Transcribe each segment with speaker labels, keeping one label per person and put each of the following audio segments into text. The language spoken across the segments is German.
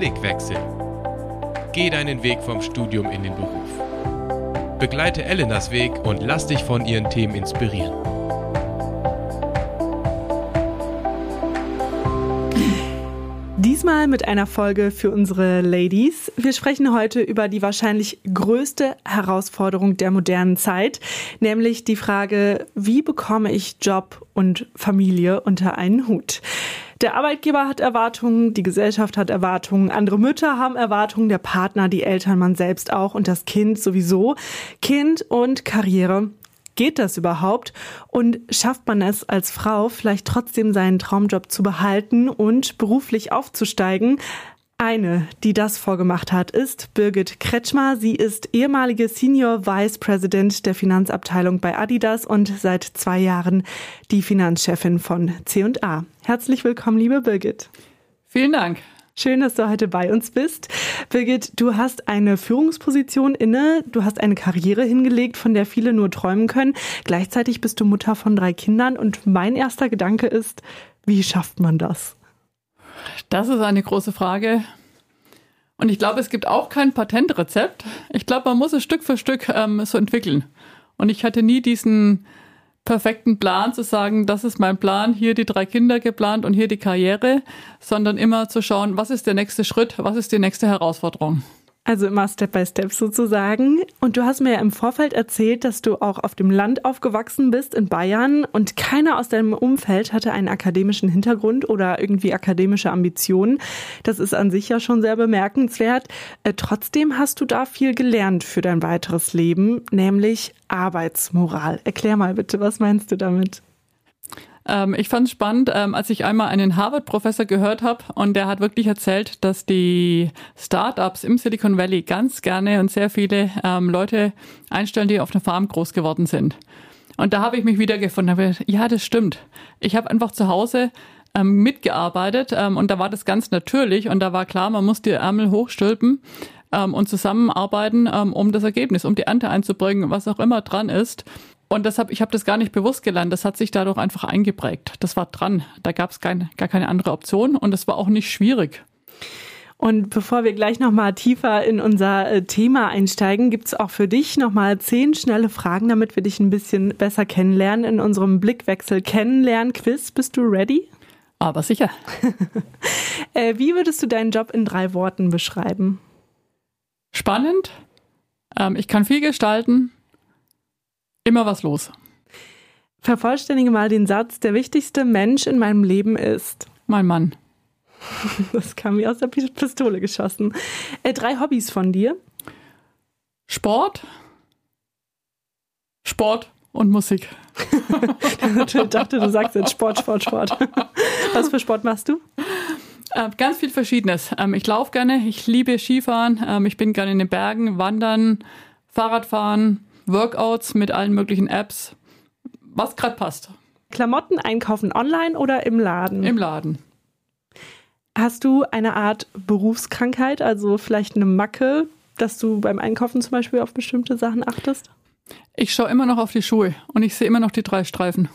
Speaker 1: Blickwechsel. Geh deinen Weg vom Studium in den Beruf. Begleite Elenas Weg und lass dich von ihren Themen inspirieren.
Speaker 2: Diesmal mit einer Folge für unsere Ladies. Wir sprechen heute über die wahrscheinlich größte Herausforderung der modernen Zeit, nämlich die Frage, wie bekomme ich Job und Familie unter einen Hut? Der Arbeitgeber hat Erwartungen, die Gesellschaft hat Erwartungen, andere Mütter haben Erwartungen, der Partner, die Eltern, man selbst auch und das Kind sowieso. Kind und Karriere. Geht das überhaupt? Und schafft man es als Frau vielleicht trotzdem seinen Traumjob zu behalten und beruflich aufzusteigen? Eine, die das vorgemacht hat, ist Birgit Kretschmer. Sie ist ehemalige Senior Vice President der Finanzabteilung bei Adidas und seit 2 Jahren die Finanzchefin von C&A. Herzlich willkommen, liebe Birgit.
Speaker 3: Vielen Dank.
Speaker 2: Schön, dass du heute bei uns bist. Birgit, du hast eine Führungsposition inne, du hast eine Karriere hingelegt, von der viele nur träumen können. Gleichzeitig bist du Mutter von 3 Kindern und mein erster Gedanke ist, wie schafft man das?
Speaker 3: Das ist eine große Frage. Und ich glaube, es gibt auch kein Patentrezept. Ich glaube, man muss es Stück für Stück so entwickeln. Und ich hatte nie diesen perfekten Plan zu sagen, das ist mein Plan, hier die 3 Kinder geplant und hier die Karriere, sondern immer zu schauen, was ist der nächste Schritt, was ist die nächste Herausforderung. Also immer Step by Step sozusagen. Und du hast mir ja im Vorfeld erzählt, dass du auch auf dem Land aufgewachsen bist in Bayern und keiner aus deinem Umfeld hatte einen akademischen Hintergrund oder irgendwie akademische Ambitionen. Das ist an sich ja schon sehr bemerkenswert. Trotzdem hast du da viel gelernt für dein weiteres Leben, nämlich Arbeitsmoral. Erklär mal bitte, was meinst du damit? Ich fand es spannend, als ich einmal einen Harvard-Professor gehört habe und der hat wirklich erzählt, dass die Startups im Silicon Valley ganz gerne und sehr viele Leute einstellen, die auf einer Farm groß geworden sind. Und da habe ich mich wiedergefunden. Ja, das stimmt. Ich habe einfach zu Hause mitgearbeitet und da war das ganz natürlich und da war klar, man muss die Ärmel hochstülpen und zusammenarbeiten, um das Ergebnis, um die Ernte einzubringen, was auch immer dran ist. Und ich habe das gar nicht bewusst gelernt, das hat sich dadurch einfach eingeprägt. Das war dran, da gab es gar keine andere Option und das war auch nicht schwierig.
Speaker 2: Und bevor wir gleich nochmal tiefer in unser Thema einsteigen, gibt es auch für dich nochmal 10 schnelle Fragen, damit wir dich ein bisschen besser kennenlernen in unserem Blickwechsel-Kennenlernen-Quiz. Bist du ready?
Speaker 3: Aber sicher.
Speaker 2: Wie würdest du deinen Job in 3 Worten beschreiben?
Speaker 3: Spannend, ich kann viel gestalten. Immer was los.
Speaker 2: Vervollständige mal den Satz, der wichtigste Mensch in meinem Leben ist...
Speaker 3: Mein Mann.
Speaker 2: Das kam mir aus der Pistole geschossen. 3 Hobbys von dir?
Speaker 3: Sport und Musik.
Speaker 2: Ich dachte, du sagst jetzt Sport. Was für Sport machst du?
Speaker 3: Ganz viel Verschiedenes. Ich laufe gerne, ich liebe Skifahren, ich bin gerne in den Bergen, Wandern, Fahrradfahren, Workouts mit allen möglichen Apps, was gerade passt.
Speaker 2: Klamotten einkaufen online oder im Laden?
Speaker 3: Im Laden.
Speaker 2: Hast du eine Art Berufskrankheit, also vielleicht eine Macke, dass du beim Einkaufen zum Beispiel auf bestimmte Sachen achtest?
Speaker 3: Ich schaue immer noch auf die Schuhe und ich sehe immer noch die 3 Streifen.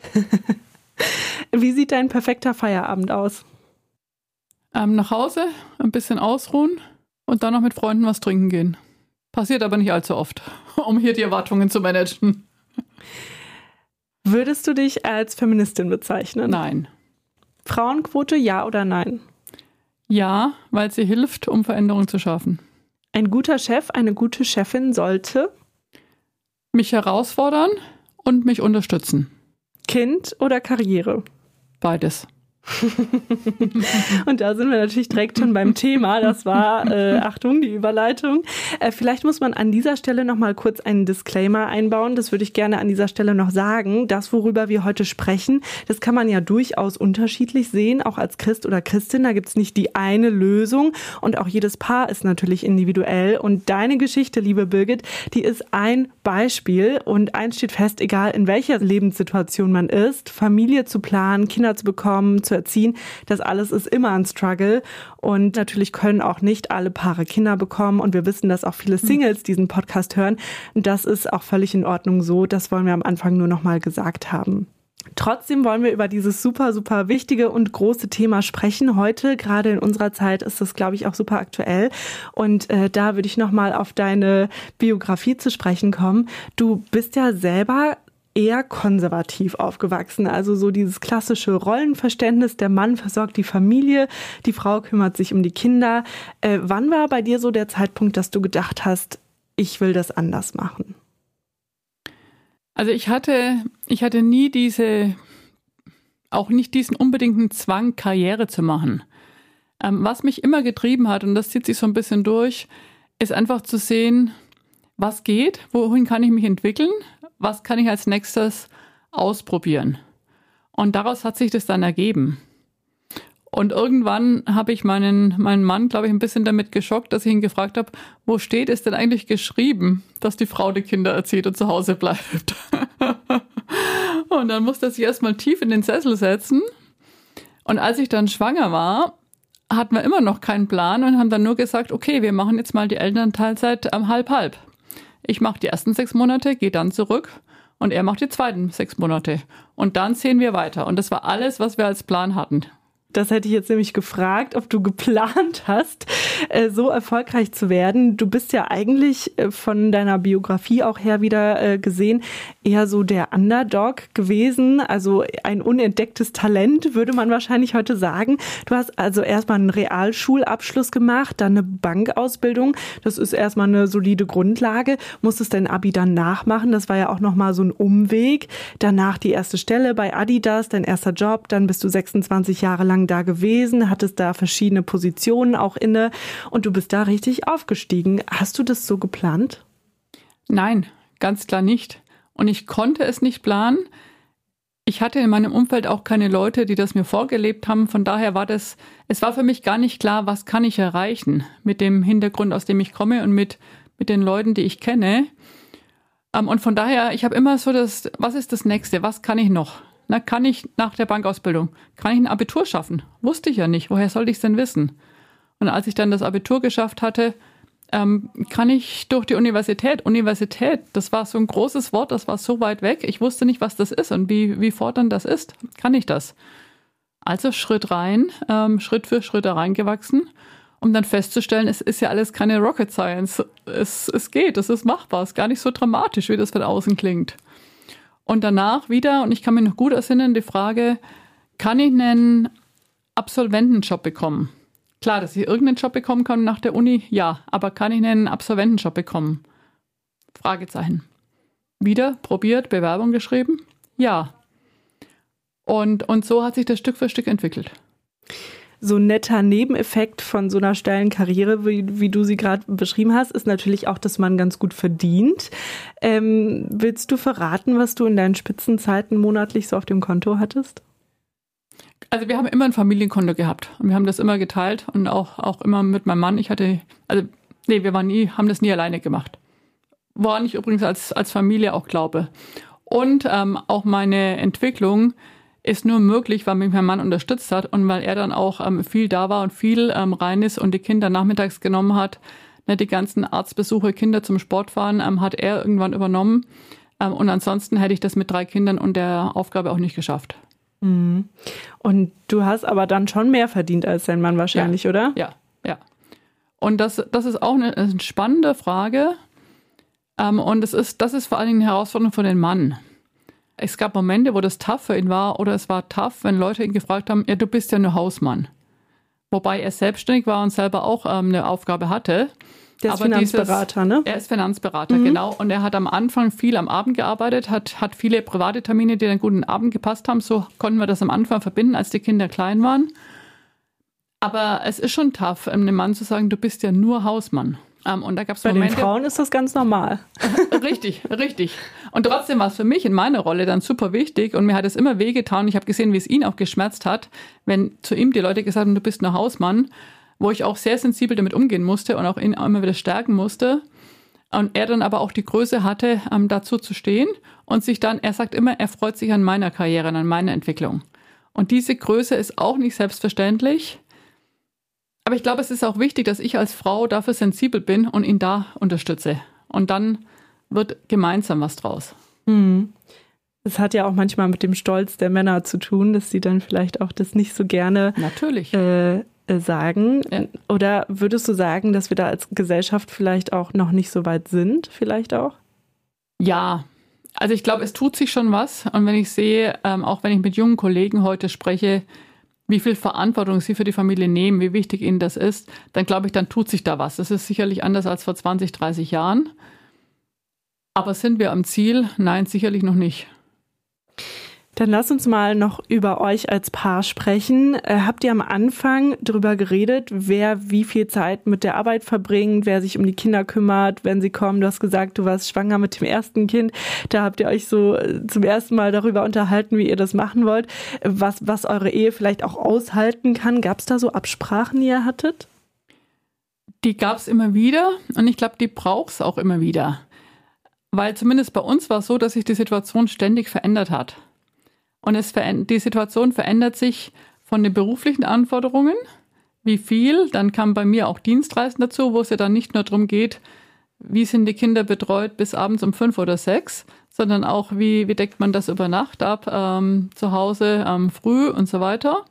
Speaker 2: Wie sieht dein perfekter Feierabend aus?
Speaker 3: Nach Hause, ein bisschen ausruhen und dann noch mit Freunden was trinken gehen. Passiert aber nicht allzu oft, um hier die Erwartungen zu managen.
Speaker 2: Würdest du dich als Feministin bezeichnen?
Speaker 3: Nein.
Speaker 2: Frauenquote, ja oder nein?
Speaker 3: Ja, weil sie hilft, um Veränderungen zu schaffen.
Speaker 2: Ein guter Chef, eine gute Chefin sollte?
Speaker 3: Mich herausfordern und mich unterstützen.
Speaker 2: Kind oder Karriere?
Speaker 3: Beides.
Speaker 2: Und da sind wir natürlich direkt schon beim Thema. Das war, Achtung, die Überleitung. Vielleicht muss man an dieser Stelle noch mal kurz einen Disclaimer einbauen. Das würde ich gerne an dieser Stelle noch sagen. Das, worüber wir heute sprechen, das kann man ja durchaus unterschiedlich sehen, auch als Christ oder Christin. Da gibt es nicht die eine Lösung und auch jedes Paar ist natürlich individuell. Und deine Geschichte, liebe Birgit, die ist ein Beispiel und eins steht fest, egal in welcher Lebenssituation man ist, Familie zu planen, Kinder zu bekommen, zu erziehen, das alles ist immer ein Struggle und natürlich können auch nicht alle Paare Kinder bekommen und wir wissen, dass auch viele Singles diesen Podcast hören und das ist auch völlig in Ordnung so, das wollen wir am Anfang nur noch mal gesagt haben. Trotzdem wollen wir über dieses super, super wichtige und große Thema sprechen. Heute, gerade in unserer Zeit, ist das, glaube ich, auch super aktuell. Und da würde ich nochmal auf deine Biografie zu sprechen kommen. Du bist ja selber eher konservativ aufgewachsen. Also so dieses klassische Rollenverständnis, der Mann versorgt die Familie, die Frau kümmert sich um die Kinder. Wann war bei dir so der Zeitpunkt, dass du gedacht hast, ich will das anders machen?
Speaker 3: Also ich hatte nie auch nicht diesen unbedingten Zwang, Karriere zu machen. Was mich immer getrieben hat, und das zieht sich so ein bisschen durch, ist einfach zu sehen, was geht, wohin kann ich mich entwickeln, was kann ich als nächstes ausprobieren. Und daraus hat sich das dann ergeben. Und irgendwann habe ich meinen Mann, glaube ich, ein bisschen damit geschockt, dass ich ihn gefragt habe, wo steht es denn eigentlich geschrieben, dass die Frau die Kinder erzieht und zu Hause bleibt? Und dann musste er sich erstmal tief in den Sessel setzen. Und als ich dann schwanger war, hatten wir immer noch keinen Plan und haben dann nur gesagt, okay, wir machen jetzt mal die Elternteilzeit halb-halb. Ich mache die ersten 6 Monate, gehe dann zurück und er macht die zweiten 6 Monate. Und dann sehen wir weiter. Und das war alles, was wir als Plan hatten.
Speaker 2: Das hätte ich jetzt nämlich gefragt, ob du geplant hast, so erfolgreich zu werden. Du bist ja eigentlich von deiner Biografie auch her wieder gesehen eher so der Underdog gewesen, also ein unentdecktes Talent, würde man wahrscheinlich heute sagen. Du hast also erstmal einen Realschulabschluss gemacht, dann eine Bankausbildung. Das ist erstmal eine solide Grundlage. Musstest dein Abi dann nachmachen. Das war ja auch nochmal so ein Umweg. Danach die erste Stelle bei Adidas, dein erster Job. Dann bist du 26 Jahre lang da gewesen, hattest da verschiedene Positionen auch inne und du bist da richtig aufgestiegen. Hast du das so geplant?
Speaker 3: Nein, ganz klar nicht. Und ich konnte es nicht planen. Ich hatte in meinem Umfeld auch keine Leute, die das mir vorgelebt haben. Von daher es war für mich gar nicht klar, was kann ich erreichen mit dem Hintergrund, aus dem ich komme und mit den Leuten, die ich kenne. Und von daher, ich habe immer so was ist das Nächste? Was kann ich noch? Na, kann ich nach der Bankausbildung, kann ich ein Abitur schaffen? Wusste ich ja nicht. Woher sollte ich es denn wissen? Und als ich dann das Abitur geschafft hatte, kann ich durch die Universität. Universität, das war so ein großes Wort, das war so weit weg. Ich wusste nicht, was das ist und wie fordernd das ist. Kann ich das? Also Schritt rein, Schritt für Schritt da reingewachsen, um dann festzustellen, es ist ja alles keine Rocket Science. Es geht, es ist machbar, es ist gar nicht so dramatisch, wie das von außen klingt. Und danach wieder, und ich kann mich noch gut erinnern, die Frage, kann ich einen Absolventenjob bekommen? Klar, dass ich irgendeinen Job bekommen kann nach der Uni, ja, aber kann ich einen Absolventenjob bekommen? Fragezeichen. Wieder probiert, Bewerbung geschrieben? Ja. Und so hat sich das Stück für Stück entwickelt.
Speaker 2: So ein netter Nebeneffekt von so einer steilen Karriere, wie du sie gerade beschrieben hast, ist natürlich auch, dass man ganz gut verdient. Willst du verraten, was du in deinen Spitzenzeiten monatlich so auf dem Konto hattest?
Speaker 3: Also wir haben immer ein Familienkonto gehabt und wir haben das immer geteilt und auch immer mit meinem Mann. Haben das nie alleine gemacht. Woran ich übrigens als Familie auch glaube. Und auch meine Entwicklung ist nur möglich, weil mich mein Mann unterstützt hat und weil er dann auch viel da war und viel rein ist und die Kinder nachmittags genommen hat. Die ganzen Arztbesuche, Kinder zum Sportfahren hat er irgendwann übernommen. Und ansonsten hätte ich das mit 3 Kindern und der Aufgabe auch nicht geschafft.
Speaker 2: Mhm. Und du hast aber dann schon mehr verdient als dein Mann wahrscheinlich,
Speaker 3: ja,
Speaker 2: oder?
Speaker 3: Ja. Und das ist auch eine spannende Frage. Und das ist vor allen Dingen eine Herausforderung für den Mann. Es gab Momente, wo das tough für ihn war oder es war tough, wenn Leute ihn gefragt haben, ja, du bist ja nur Hausmann. Wobei er selbstständig war und selber auch eine Aufgabe hatte.
Speaker 2: Der ist Finanzberater, ne?
Speaker 3: Er ist Finanzberater, genau. Und er hat am Anfang viel am Abend gearbeitet, hat viele private Termine, die dann gut in den Abend gepasst haben. So konnten wir das am Anfang verbinden, als die Kinder klein waren. Aber es ist schon tough, einem Mann zu sagen, du bist ja nur Hausmann. Und da gab's Momente,
Speaker 2: den Frauen ist das ganz normal.
Speaker 3: Richtig. Und trotzdem war es für mich in meiner Rolle dann super wichtig und mir hat es immer wehgetan. Ich habe gesehen, wie es ihn auch geschmerzt hat, wenn zu ihm die Leute gesagt haben, du bist nur Hausmann, wo ich auch sehr sensibel damit umgehen musste und auch ihn immer wieder stärken musste. Und er dann aber auch die Größe hatte, dazu zu stehen und sich dann, er sagt immer, er freut sich an meiner Karriere und an meiner Entwicklung. Und diese Größe ist auch nicht selbstverständlich. Aber ich glaube, es ist auch wichtig, dass ich als Frau dafür sensibel bin und ihn da unterstütze. Und dann wird gemeinsam was draus.
Speaker 2: Mhm. Es hat ja auch manchmal mit dem Stolz der Männer zu tun, dass sie dann vielleicht auch das nicht so gerne sagen. Ja. Oder würdest du sagen, dass wir da als Gesellschaft vielleicht auch noch nicht so weit sind, vielleicht auch?
Speaker 3: Ja, also ich glaube, es tut sich schon was. Und wenn ich sehe, auch wenn ich mit jungen Kollegen heute spreche, wie viel Verantwortung sie für die Familie nehmen, wie wichtig ihnen das ist, dann glaube ich, dann tut sich da was. Das ist sicherlich anders als vor 20, 30 Jahren. Aber sind wir am Ziel? Nein, sicherlich noch nicht.
Speaker 2: Dann lass uns mal noch über euch als Paar sprechen. Habt ihr am Anfang darüber geredet, wer wie viel Zeit mit der Arbeit verbringt, wer sich um die Kinder kümmert, wenn sie kommen? Du hast gesagt, du warst schwanger mit dem ersten Kind. Da habt ihr euch so zum ersten Mal darüber unterhalten, wie ihr das machen wollt, was eure Ehe vielleicht auch aushalten kann. Gab es da so Absprachen, die ihr hattet?
Speaker 3: Die gab es immer wieder und ich glaube, die braucht es auch immer wieder. Weil zumindest bei uns war es so, dass sich die Situation ständig verändert hat. Und die Situation verändert sich von den beruflichen Anforderungen. Wie viel? Dann kam bei mir auch Dienstreisen dazu, wo es ja dann nicht nur darum geht, wie sind die Kinder betreut bis abends um 5 oder 6, sondern auch, wie deckt man das über Nacht ab, zu Hause, früh und so weiter.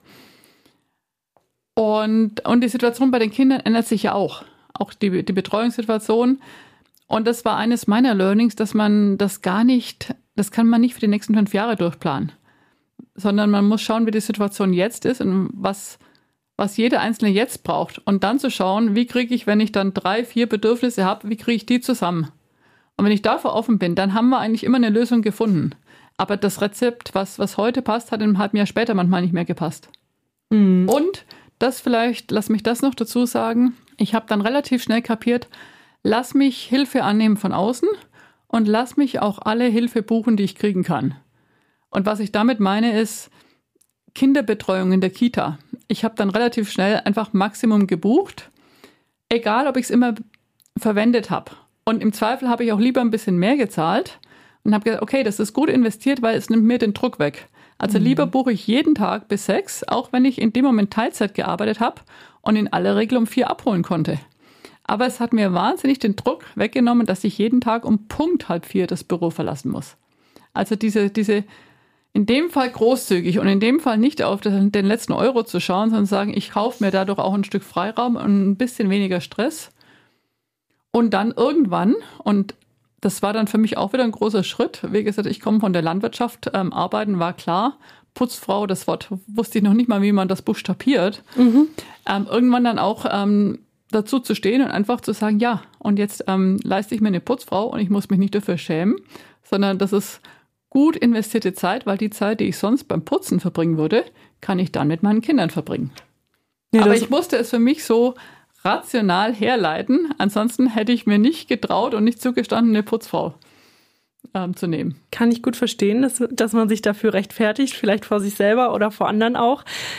Speaker 3: Und die Situation bei den Kindern ändert sich ja auch. Auch die Betreuungssituation. Und das war eines meiner Learnings, dass man das kann man nicht für die nächsten 5 Jahre durchplanen. Sondern man muss schauen, wie die Situation jetzt ist und was jeder Einzelne jetzt braucht. Und dann zu schauen, wie kriege ich, wenn ich dann 3, 4 Bedürfnisse habe, wie kriege ich die zusammen? Und wenn ich dafür offen bin, dann haben wir eigentlich immer eine Lösung gefunden. Aber das Rezept, was heute passt, hat in einem halben Jahr später manchmal nicht mehr gepasst. Mhm. Und das vielleicht, lass mich das noch dazu sagen, ich habe dann relativ schnell kapiert, lass mich Hilfe annehmen von außen und lass mich auch alle Hilfe buchen, die ich kriegen kann. Und was ich damit meine, ist Kinderbetreuung in der Kita. Ich habe dann relativ schnell einfach Maximum gebucht, egal ob ich es immer verwendet habe. Und im Zweifel habe ich auch lieber ein bisschen mehr gezahlt und habe gesagt, okay, das ist gut investiert, weil es nimmt mir den Druck weg. Also lieber buche ich jeden Tag bis 6, auch wenn ich in dem Moment Teilzeit gearbeitet habe und in aller Regel um 4 abholen konnte. Aber es hat mir wahnsinnig den Druck weggenommen, dass ich jeden Tag um Punkt 3:30 das Büro verlassen muss. Also diese in dem Fall großzügig und in dem Fall nicht auf den letzten Euro zu schauen, sondern sagen, ich kaufe mir dadurch auch ein Stück Freiraum und ein bisschen weniger Stress. Und dann irgendwann, und das war dann für mich auch wieder ein großer Schritt, wie gesagt, ich komme von der Landwirtschaft, arbeiten war klar, Putzfrau, das Wort wusste ich noch nicht mal, wie man das buchstabiert. Mhm. Irgendwann dann auch dazu zu stehen und einfach zu sagen, ja, und jetzt leiste ich mir eine Putzfrau und ich muss mich nicht dafür schämen, sondern das ist gut investierte Zeit, weil die Zeit, die ich sonst beim Putzen verbringen würde, kann ich dann mit meinen Kindern verbringen. Ja, aber ich musste es für mich so rational herleiten, ansonsten hätte ich mir nicht getraut und nicht zugestanden, eine Putzfrau zu nehmen.
Speaker 2: Kann ich gut verstehen, dass man sich dafür rechtfertigt, vielleicht vor sich selber oder vor anderen auch.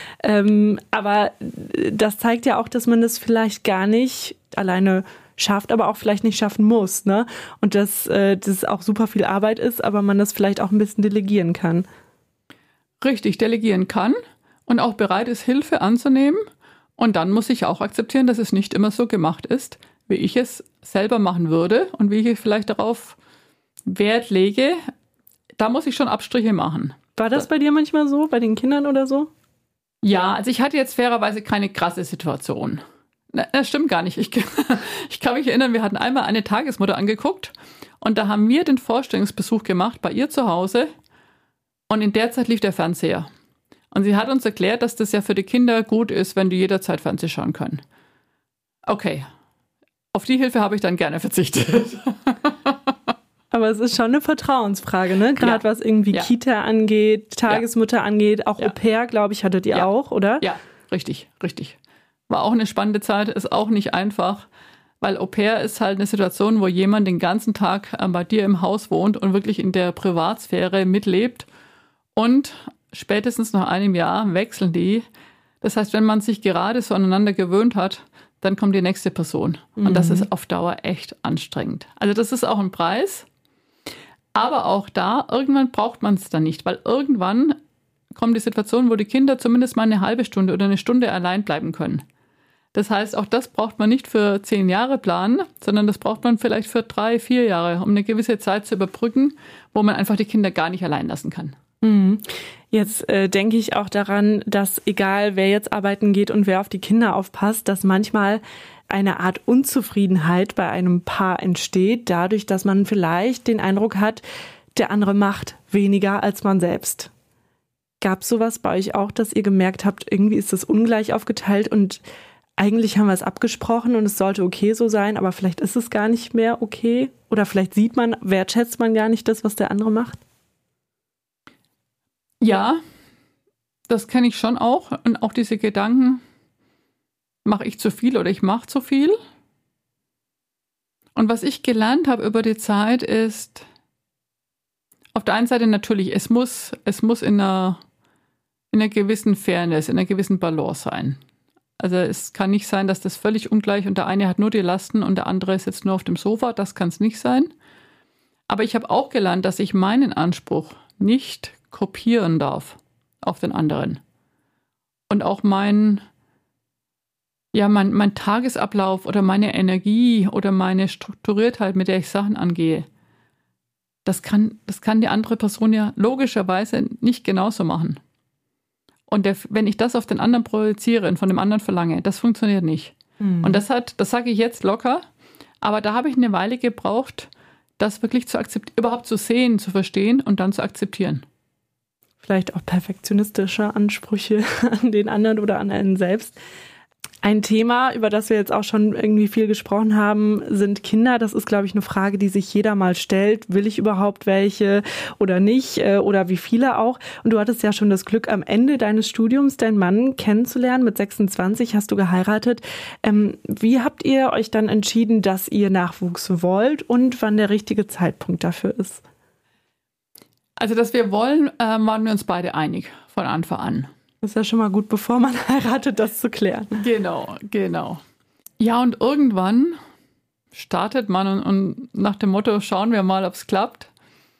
Speaker 2: Aber das zeigt ja auch, dass man das vielleicht gar nicht alleine schafft, aber auch vielleicht nicht schaffen muss, ne? Und dass das auch super viel Arbeit ist, aber man das vielleicht auch ein bisschen delegieren kann.
Speaker 3: Richtig, delegieren kann und auch bereit ist, Hilfe anzunehmen. Und dann muss ich auch akzeptieren, dass es nicht immer so gemacht ist, wie ich es selber machen würde und wie ich vielleicht darauf Wert lege. Da muss ich schon Abstriche machen.
Speaker 2: War das bei dir manchmal so, bei den Kindern oder so?
Speaker 3: Ja, also ich hatte jetzt fairerweise keine krasse Situation. Das stimmt gar nicht. Ich kann mich erinnern, wir hatten einmal eine Tagesmutter angeguckt und da haben wir den Vorstellungsbesuch gemacht bei ihr zu Hause und in der Zeit lief der Fernseher. Und sie hat uns erklärt, dass das ja für die Kinder gut ist, wenn die jederzeit Fernsehen schauen können. Okay, auf die Hilfe habe ich dann gerne verzichtet.
Speaker 2: Aber es ist schon eine Vertrauensfrage, ne? Gerade was irgendwie Kita angeht, Tagesmutter angeht, auch Au pair, glaube ich, hattet ihr auch, oder?
Speaker 3: Ja, richtig. War auch eine spannende Zeit, ist auch nicht einfach, weil Au pair ist halt eine Situation, wo jemand den ganzen Tag bei dir im Haus wohnt und wirklich in der Privatsphäre mitlebt und spätestens nach einem Jahr wechseln die. Das heißt, wenn man sich gerade so aneinander gewöhnt hat, dann kommt die nächste Person. Und das ist auf Dauer echt anstrengend. Also das ist auch ein Preis, aber auch da, irgendwann braucht man es dann nicht, weil irgendwann kommt die Situation, wo die Kinder zumindest mal eine halbe Stunde oder eine Stunde allein bleiben können. Das heißt, auch das braucht man nicht für 10 Jahre planen, sondern das braucht man vielleicht für 3, 4 Jahre, um eine gewisse Zeit zu überbrücken, wo man einfach die Kinder gar nicht allein lassen kann.
Speaker 2: Jetzt denke ich auch daran, dass egal wer jetzt arbeiten geht und wer auf die Kinder aufpasst, dass manchmal eine Art Unzufriedenheit bei einem Paar entsteht, dadurch, dass man vielleicht den Eindruck hat, der andere macht weniger als man selbst. Gab es sowas bei euch auch, dass ihr gemerkt habt, irgendwie ist das ungleich aufgeteilt und eigentlich haben wir es abgesprochen und es sollte okay so sein, aber vielleicht ist es gar nicht mehr okay? Oder vielleicht wertschätzt man gar nicht das, was der andere macht?
Speaker 3: Ja, das kenne ich schon auch. Und auch diese Gedanken, mache ich zu viel oder ich mache zu viel? Und was ich gelernt habe über die Zeit ist, auf der einen Seite natürlich, es muss in einer gewissen Fairness, in einer gewissen Balance sein. Also es kann nicht sein, dass das völlig ungleich und der eine hat nur die Lasten und der andere sitzt nur auf dem Sofa. Das kann es nicht sein. Aber ich habe auch gelernt, dass ich meinen Anspruch nicht kopieren darf auf den anderen. Und auch mein Tagesablauf oder meine Energie oder meine Strukturiertheit, mit der ich Sachen angehe, das kann die andere Person ja logischerweise nicht genauso machen. Und wenn ich das auf den anderen projiziere und von dem anderen verlange, das funktioniert nicht. Und das sage ich jetzt locker, aber da habe ich eine Weile gebraucht, das wirklich zu akzeptieren, überhaupt zu sehen, zu verstehen und dann zu akzeptieren.
Speaker 2: Vielleicht auch perfektionistische Ansprüche an den anderen oder an einen selbst. Ein Thema, über das wir jetzt auch schon irgendwie viel gesprochen haben, sind Kinder. Das ist, glaube ich, eine Frage, die sich jeder mal stellt. Will ich überhaupt welche oder nicht? Oder wie viele auch? Und du hattest ja schon das Glück, am Ende deines Studiums deinen Mann kennenzulernen. Mit 26 hast du geheiratet. Wie habt ihr euch dann entschieden, dass ihr Nachwuchs wollt und wann der richtige Zeitpunkt dafür ist?
Speaker 3: Also, dass wir wollen, waren wir uns beide einig von Anfang an.
Speaker 2: Das ist ja schon mal gut, bevor man heiratet, das zu klären.
Speaker 3: Genau. Ja, und irgendwann startet man und nach dem Motto, schauen wir mal, ob es klappt.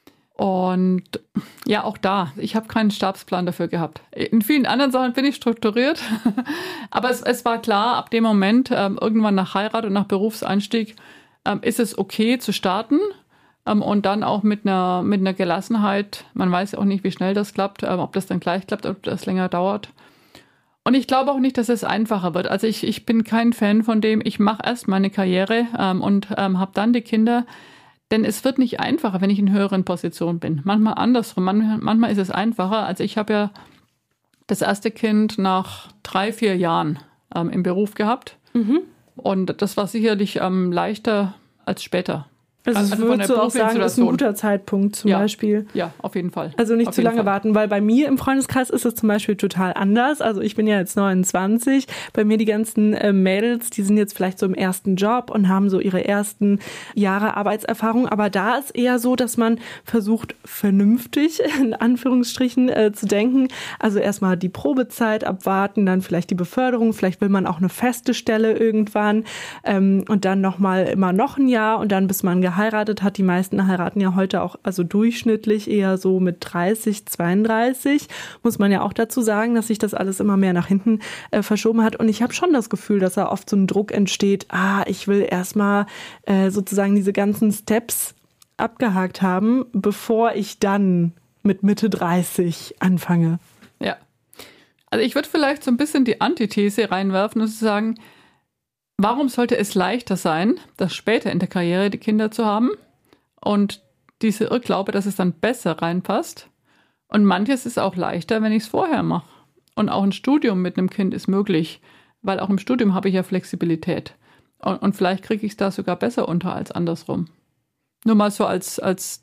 Speaker 3: Und ja, auch da, ich habe keinen Stabsplan dafür gehabt. In vielen anderen Sachen bin ich strukturiert. Aber es war klar, ab dem Moment, irgendwann nach Heirat und nach Berufseinstieg, ist es okay zu starten. Und dann auch mit einer Gelassenheit. Man weiß auch nicht, wie schnell das klappt, ob das dann gleich klappt, ob das länger dauert. Und ich glaube auch nicht, dass es einfacher wird. Also ich bin kein Fan von dem, ich mache erst meine Karriere und habe dann die Kinder. Denn es wird nicht einfacher, wenn ich in höheren Positionen bin. Manchmal andersrum. Manchmal ist es einfacher. Also ich habe ja das erste Kind nach 3, 4 Jahren im Beruf gehabt. Und das war sicherlich leichter als später.
Speaker 2: Also würdest du auch sagen, das ist ein guter Zeitpunkt zum Beispiel?
Speaker 3: Ja, auf jeden Fall.
Speaker 2: Also nicht zu lange warten, weil bei mir im Freundeskreis ist es zum Beispiel total anders. Also ich bin ja jetzt 29. Bei mir die ganzen Mädels, die sind jetzt vielleicht so im ersten Job und haben so ihre ersten Jahre Arbeitserfahrung. Aber da ist eher so, dass man versucht, vernünftig in Anführungsstrichen zu denken. Also erstmal die Probezeit abwarten, dann vielleicht die Beförderung. Vielleicht will man auch eine feste Stelle irgendwann und dann immer noch ein Jahr und dann bis man geheiratet hat. Die meisten heiraten ja heute auch, also durchschnittlich eher so mit 30, 32. Muss man ja auch dazu sagen, dass sich das alles immer mehr nach hinten verschoben hat. Und ich habe schon das Gefühl, dass da oft so ein Druck entsteht, ich will erstmal sozusagen diese ganzen Steps abgehakt haben, bevor ich dann mit Mitte 30 anfange.
Speaker 3: Ja. Also ich würde vielleicht so ein bisschen die Antithese reinwerfen und sagen, warum sollte es leichter sein, das später in der Karriere die Kinder zu haben und diese Irrglaube, dass es dann besser reinpasst? Und manches ist auch leichter, wenn ich es vorher mache. Und auch ein Studium mit einem Kind ist möglich, weil auch im Studium habe ich ja Flexibilität. Und vielleicht kriege ich es da sogar besser unter als andersrum. Nur mal so als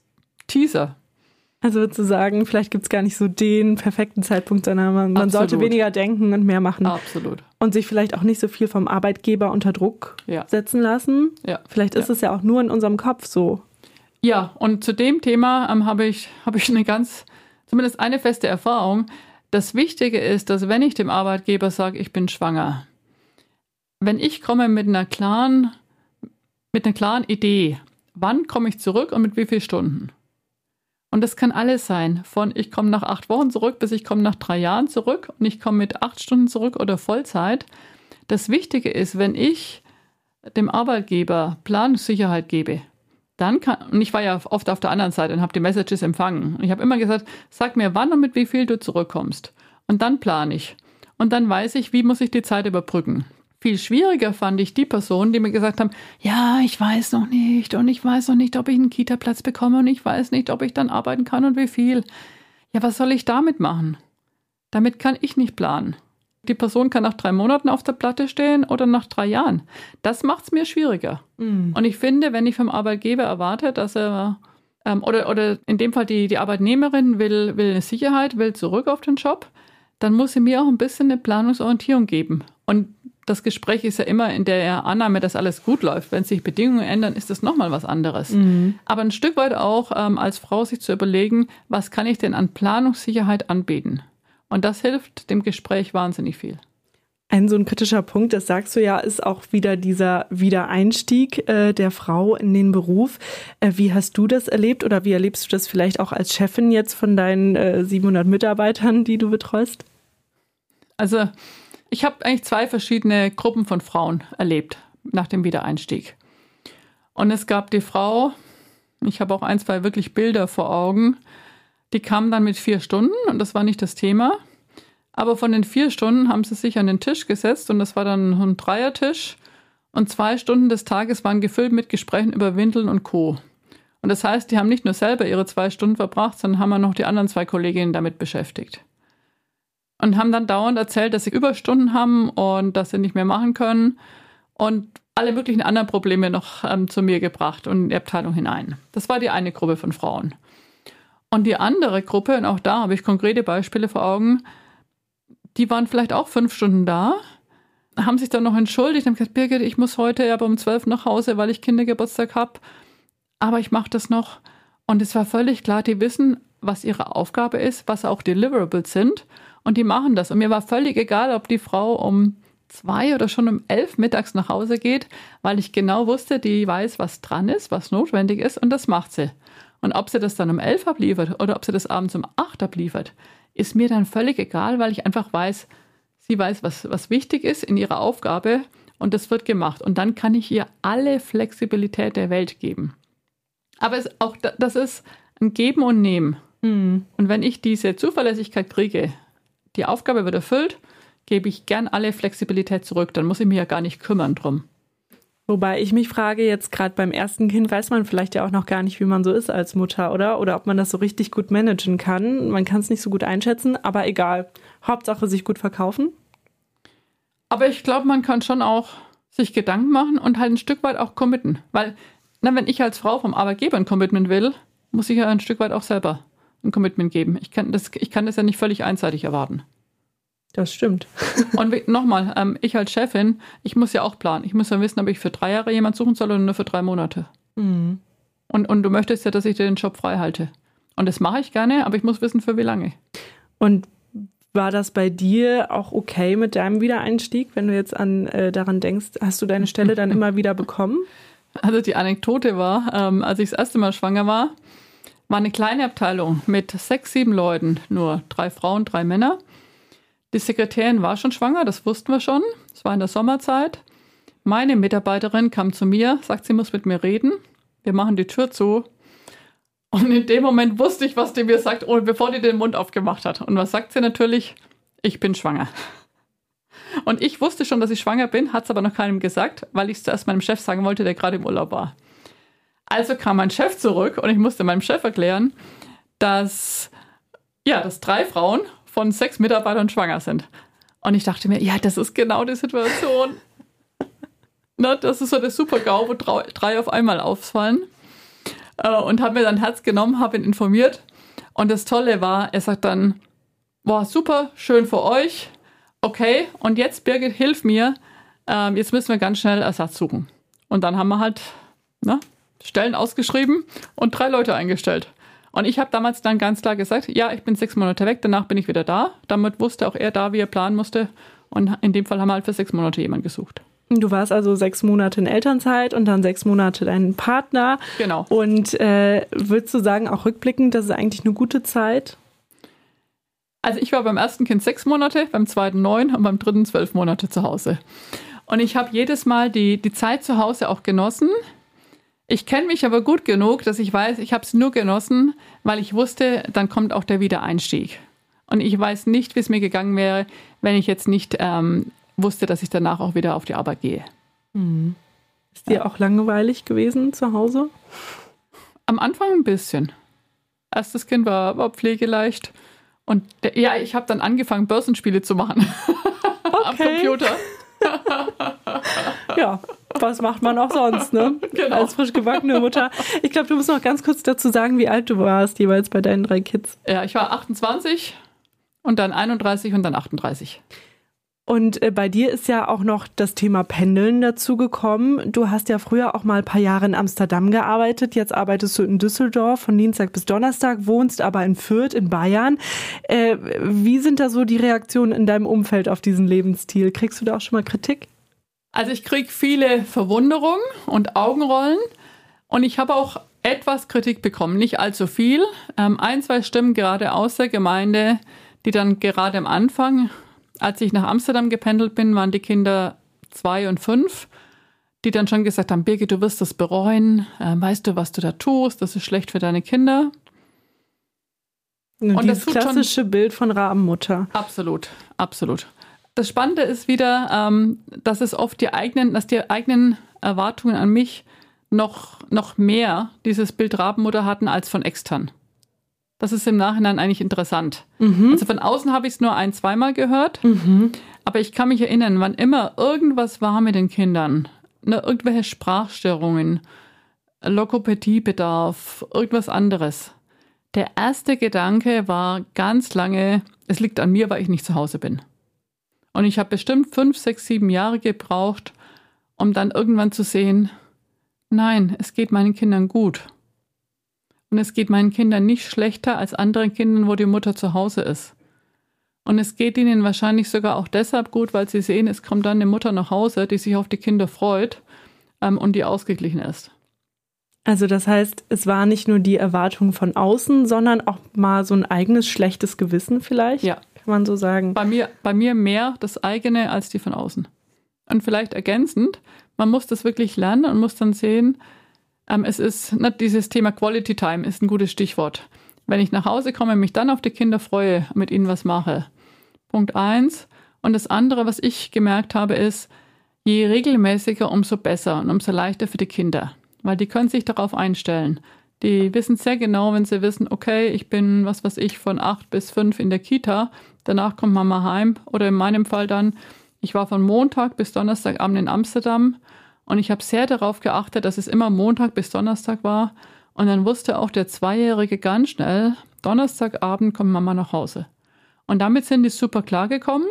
Speaker 3: Teaser.
Speaker 2: Also würdest du sagen, vielleicht gibt es gar nicht so den perfekten Zeitpunkt, sondern man sollte weniger denken und mehr machen.
Speaker 3: Absolut.
Speaker 2: Und sich vielleicht auch nicht so viel vom Arbeitgeber unter Druck setzen lassen.
Speaker 3: Ja.
Speaker 2: Vielleicht ist es ja auch nur in unserem Kopf so.
Speaker 3: Ja, und zu dem Thema habe ich zumindest eine feste Erfahrung. Das Wichtige ist, dass wenn ich dem Arbeitgeber sage, ich bin schwanger, wenn ich komme mit einer klaren Idee, wann komme ich zurück und mit wie vielen Stunden? Und das kann alles sein, von ich komme nach 8 Wochen zurück, bis ich komme nach 3 Jahren zurück und ich komme mit 8 Stunden zurück oder Vollzeit. Das Wichtige ist, wenn ich dem Arbeitgeber Planungssicherheit gebe, dann und ich war ja oft auf der anderen Seite und habe die Messages empfangen. Und ich habe immer gesagt, sag mir, wann und mit wie viel du zurückkommst. Und dann plane ich. Und dann weiß ich, wie muss ich die Zeit überbrücken. Viel schwieriger fand ich die Personen, die mir gesagt haben, ja, ich weiß noch nicht und ich weiß noch nicht, ob ich einen Kita-Platz bekomme und ich weiß nicht, ob ich dann arbeiten kann und wie viel. Ja, was soll ich damit machen? Damit kann ich nicht planen. Die Person kann nach 3 Monaten auf der Platte stehen oder nach 3 Jahren. Das macht es mir schwieriger. Und ich finde, wenn ich vom Arbeitgeber erwarte, dass er, oder in dem Fall die Arbeitnehmerin will eine Sicherheit, will zurück auf den Job, dann muss sie mir auch ein bisschen eine Planungsorientierung geben. Und das Gespräch ist ja immer in der Annahme, dass alles gut läuft. Wenn sich Bedingungen ändern, ist das nochmal was anderes. Aber ein Stück weit auch als Frau sich zu überlegen, was kann ich denn an Planungssicherheit anbieten? Und das hilft dem Gespräch wahnsinnig viel.
Speaker 2: So ein kritischer Punkt, das sagst du ja, ist auch wieder dieser Wiedereinstieg der Frau in den Beruf. Wie hast du das erlebt oder wie erlebst du das vielleicht auch als Chefin jetzt von deinen 700 Mitarbeitern, die du betreust? Also ich habe eigentlich 2 verschiedene Gruppen von Frauen erlebt nach dem Wiedereinstieg. Und es gab die Frau, ich habe auch 1, 2 wirklich Bilder vor Augen, die kam dann mit 4 Stunden und das war nicht das Thema. Aber von den 4 Stunden haben sie sich an den Tisch gesetzt und das war dann ein Dreiertisch. Und 2 Stunden des Tages waren gefüllt mit Gesprächen über Windeln und Co. Und das heißt, die haben nicht nur selber ihre 2 Stunden verbracht, sondern haben auch noch die anderen 2 Kolleginnen damit beschäftigt. Und haben dann dauernd erzählt, dass sie Überstunden haben und dass sie nicht mehr machen können. Und alle möglichen anderen Probleme noch zu mir gebracht und in die Abteilung hinein. Das war die eine Gruppe von Frauen. Und die andere Gruppe, und auch da habe ich konkrete Beispiele vor Augen, die waren vielleicht auch 5 Stunden da, haben sich dann noch entschuldigt und gesagt, Birgit, ich muss heute aber um 12 nach Hause, weil ich Kindergeburtstag habe, aber ich mache das noch. Und es war völlig klar, die wissen, was ihre Aufgabe ist, was auch Deliverables sind und die machen das. Und mir war völlig egal, ob die Frau um 2 oder schon um 11 mittags nach Hause geht, weil ich genau wusste, die weiß, was dran ist, was notwendig ist und das macht sie. Und ob sie das dann um 11 abliefert oder ob sie das abends um 8 abliefert, ist mir dann völlig egal, weil ich einfach weiß, sie weiß, was wichtig ist in ihrer Aufgabe und das wird gemacht. Und dann kann ich ihr alle Flexibilität der Welt geben. Aber das ist ein Geben und Nehmen. Und wenn ich diese Zuverlässigkeit kriege, die Aufgabe wird erfüllt, gebe ich gern alle Flexibilität zurück. Dann muss ich mich ja gar nicht kümmern drum. Wobei ich mich frage, jetzt gerade beim ersten Kind weiß man vielleicht ja auch noch gar nicht, wie man so ist als Mutter, oder? Oder ob man das so richtig gut managen kann. Man kann es nicht so gut einschätzen, aber egal. Hauptsache sich gut verkaufen.
Speaker 3: Aber ich glaube, man kann schon auch sich Gedanken machen und halt ein Stück weit auch committen. Weil, wenn ich als Frau vom Arbeitgeber ein Commitment will, muss ich ja ein Stück weit auch selber ein Commitment geben. Ich kann das ja nicht völlig einseitig erwarten.
Speaker 2: Das stimmt.
Speaker 3: Und nochmal, ich als Chefin, ich muss ja auch planen. Ich muss ja wissen, ob ich für 3 Jahre jemand suchen soll oder nur für 3 Monate. Und du möchtest ja, dass ich dir den Job frei halte. Und das mache ich gerne, aber ich muss wissen, für wie lange.
Speaker 2: Und war das bei dir auch okay mit deinem Wiedereinstieg, wenn du jetzt daran denkst, hast du deine Stelle dann immer wieder bekommen?
Speaker 3: Also die Anekdote war, als ich das erste Mal schwanger war eine kleine Abteilung mit 6, 7 Leuten, nur 3 Frauen, 3 Männer. Die Sekretärin war schon schwanger, das wussten wir schon. Es war in der Sommerzeit. Meine Mitarbeiterin kam zu mir, sagt, sie muss mit mir reden. Wir machen die Tür zu. Und in dem Moment wusste ich, was die mir sagt, bevor die den Mund aufgemacht hat. Und was sagt sie natürlich? Ich bin schwanger. Und ich wusste schon, dass ich schwanger bin, hat es aber noch keinem gesagt, weil ich es zuerst meinem Chef sagen wollte, der gerade im Urlaub war. Also kam mein Chef zurück und ich musste meinem Chef erklären, dass 3 Frauen von 6 Mitarbeitern schwanger sind. Und ich dachte mir, ja, das ist genau die Situation. Das ist so der Super-GAU, wo 3 auf einmal ausfallen. Und habe mir dann Herz genommen, habe ihn informiert. Und das Tolle war, er sagt dann, boah, super, schön für euch. Okay, und jetzt, Birgit, hilf mir. Jetzt müssen wir ganz schnell Ersatz suchen. Und dann haben wir halt Stellen ausgeschrieben und 3 Leute eingestellt. Und ich habe damals dann ganz klar gesagt, ja, ich bin 6 Monate weg, danach bin ich wieder da. Damit wusste auch er da, wie er planen musste. Und in dem Fall haben wir halt für 6 Monate jemanden gesucht.
Speaker 2: Du warst also 6 Monate in Elternzeit und dann 6 Monate dein Partner.
Speaker 3: Genau.
Speaker 2: Und würdest du sagen, auch rückblickend, das ist eigentlich eine gute Zeit?
Speaker 3: Also ich war beim ersten Kind 6 Monate, beim zweiten 9 und beim dritten 12 Monate zu Hause. Und ich habe jedes Mal die Zeit zu Hause auch genossen. Ich kenne mich aber gut genug, dass ich weiß, ich habe es nur genossen, weil ich wusste, dann kommt auch der Wiedereinstieg. Und ich weiß nicht, wie es mir gegangen wäre, wenn ich jetzt nicht wusste, dass ich danach auch wieder auf die Arbeit gehe.
Speaker 2: Mhm. Ist dir auch langweilig gewesen zu Hause?
Speaker 3: Am Anfang ein bisschen. Erstes Kind war pflegeleicht. Und ich habe dann angefangen, Börsenspiele zu machen. Okay. Am Computer.
Speaker 2: Ja, was macht man auch sonst, ne?
Speaker 3: Genau.
Speaker 2: Als frisch gebackene Mutter. Ich glaube, du musst noch ganz kurz dazu sagen, wie alt du warst, jeweils bei deinen 3 Kids.
Speaker 3: Ja, ich war 28 und dann 31 und dann 38.
Speaker 2: Und bei dir ist ja auch noch das Thema Pendeln dazu gekommen. Du hast ja früher auch mal ein paar Jahre in Amsterdam gearbeitet. Jetzt arbeitest du in Düsseldorf von Dienstag bis Donnerstag, wohnst aber in Fürth in Bayern. Wie sind da so die Reaktionen in deinem Umfeld auf diesen Lebensstil? Kriegst du da auch schon mal Kritik?
Speaker 3: Also ich kriege viele Verwunderung und Augenrollen und ich habe auch etwas Kritik bekommen, nicht allzu viel. 1, 2 Stimmen gerade aus der Gemeinde, die dann gerade am Anfang, als ich nach Amsterdam gependelt bin, waren die Kinder 2 und 5, die dann schon gesagt haben, Birgit, du wirst das bereuen, weißt du, was du da tust, das ist schlecht für deine Kinder.
Speaker 2: Und das klassische Bild von Rabenmutter.
Speaker 3: Absolut, absolut. Das Spannende ist wieder, dass es oft die eigenen Erwartungen an mich noch mehr dieses Bild Rabenmutter hatten als von extern. Das ist im Nachhinein eigentlich interessant. Mhm. Also von außen habe ich es nur 1-, 2 Mal gehört, aber ich kann mich erinnern, wann immer irgendwas war mit den Kindern, irgendwelche Sprachstörungen, Logopädiebedarf, irgendwas anderes. Der erste Gedanke war ganz lange, es liegt an mir, weil ich nicht zu Hause bin. Und ich habe bestimmt 5, 6, 7 Jahre gebraucht, um dann irgendwann zu sehen, nein, es geht meinen Kindern gut. Und es geht meinen Kindern nicht schlechter als anderen Kindern, wo die Mutter zu Hause ist. Und es geht ihnen wahrscheinlich sogar auch deshalb gut, weil sie sehen, es kommt dann eine Mutter nach Hause, die sich auf die Kinder freut und die ausgeglichen ist.
Speaker 2: Also das heißt, es war nicht nur die Erwartung von außen, sondern auch mal so ein eigenes schlechtes Gewissen vielleicht?
Speaker 3: Ja.
Speaker 2: Kann man so sagen.
Speaker 3: Bei mir mehr das eigene als die von außen. Und vielleicht ergänzend, man muss das wirklich lernen und muss dann sehen, es ist, dieses Thema Quality Time ist ein gutes Stichwort. Wenn ich nach Hause komme, mich dann auf die Kinder freue, mit ihnen was mache. Punkt 1. Und das andere, was ich gemerkt habe, ist, je regelmäßiger, umso besser und umso leichter für die Kinder. Weil die können sich darauf einstellen. Die wissen sehr genau, wenn sie wissen, okay, ich bin, von 8 bis 5 in der Kita, danach kommt Mama heim. Oder in meinem Fall dann, ich war von Montag bis Donnerstagabend in Amsterdam und ich habe sehr darauf geachtet, dass es immer Montag bis Donnerstag war. Und dann wusste auch der 2-Jährige ganz schnell, Donnerstagabend kommt Mama nach Hause. Und damit sind die super klargekommen.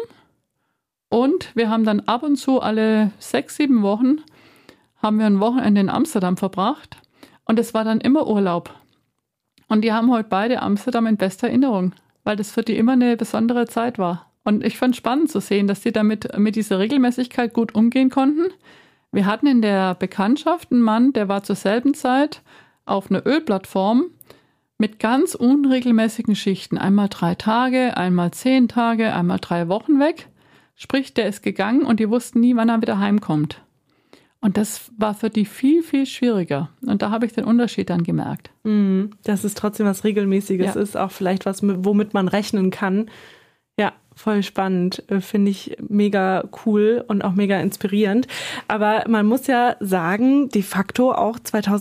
Speaker 3: Und wir haben dann ab und zu alle 6, 7 Wochen haben wir ein Wochenende in Amsterdam verbracht. Und es war dann immer Urlaub. Und die haben heute beide Amsterdam in bester Erinnerung, weil das für die immer eine besondere Zeit war. Und ich fand es spannend zu sehen, dass die damit mit dieser Regelmäßigkeit gut umgehen konnten. Wir hatten in der Bekanntschaft einen Mann, der war zur selben Zeit auf einer Ölplattform mit ganz unregelmäßigen Schichten. Einmal 3 Tage, einmal 10 Tage, einmal 3 Wochen weg. Sprich, der ist gegangen und die wussten nie, wann er wieder heimkommt. Und das war für die viel, viel schwieriger. Und da habe ich den Unterschied dann gemerkt.
Speaker 2: Dass es trotzdem was Regelmäßiges ist, auch vielleicht was, womit man rechnen kann. Ja, voll spannend. Finde ich mega cool und auch mega inspirierend. Aber man muss ja sagen, de facto auch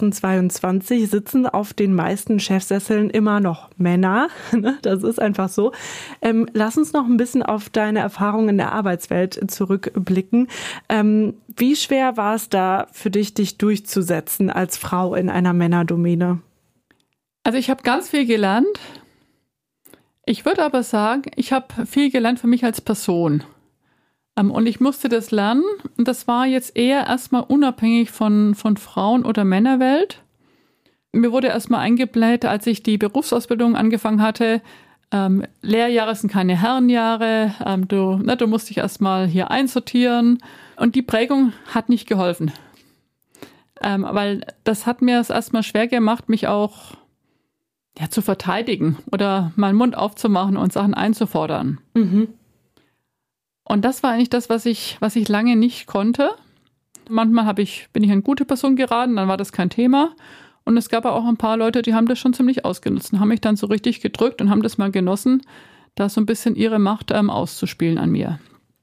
Speaker 2: 2022 sitzen auf den meisten Chefsesseln immer noch Männer. Das ist einfach so. Lass uns noch ein bisschen auf deine Erfahrungen in der Arbeitswelt zurückblicken. Wie schwer war es da für dich, dich durchzusetzen als Frau in einer Männerdomäne?
Speaker 3: Also ich habe ganz viel gelernt. Ich würde aber sagen, ich habe viel gelernt für mich als Person. Und ich musste das lernen. Und das war jetzt eher erstmal unabhängig von Frauen- oder Männerwelt. Mir wurde erstmal eingebläht, als ich die Berufsausbildung angefangen hatte, Lehrjahre sind keine Herrenjahre, du musst dich erstmal hier einsortieren. Und die Prägung hat nicht geholfen. Weil das hat mir es erstmal schwer gemacht, mich auch zu verteidigen oder meinen Mund aufzumachen und Sachen einzufordern.
Speaker 2: Mhm.
Speaker 3: Und das war eigentlich das, was ich lange nicht konnte. Manchmal bin ich an eine gute Person geraten, dann war das kein Thema. Und es gab auch ein paar Leute, die haben das schon ziemlich ausgenutzt und haben mich dann so richtig gedrückt und haben das mal genossen, da so ein bisschen ihre Macht auszuspielen an mir.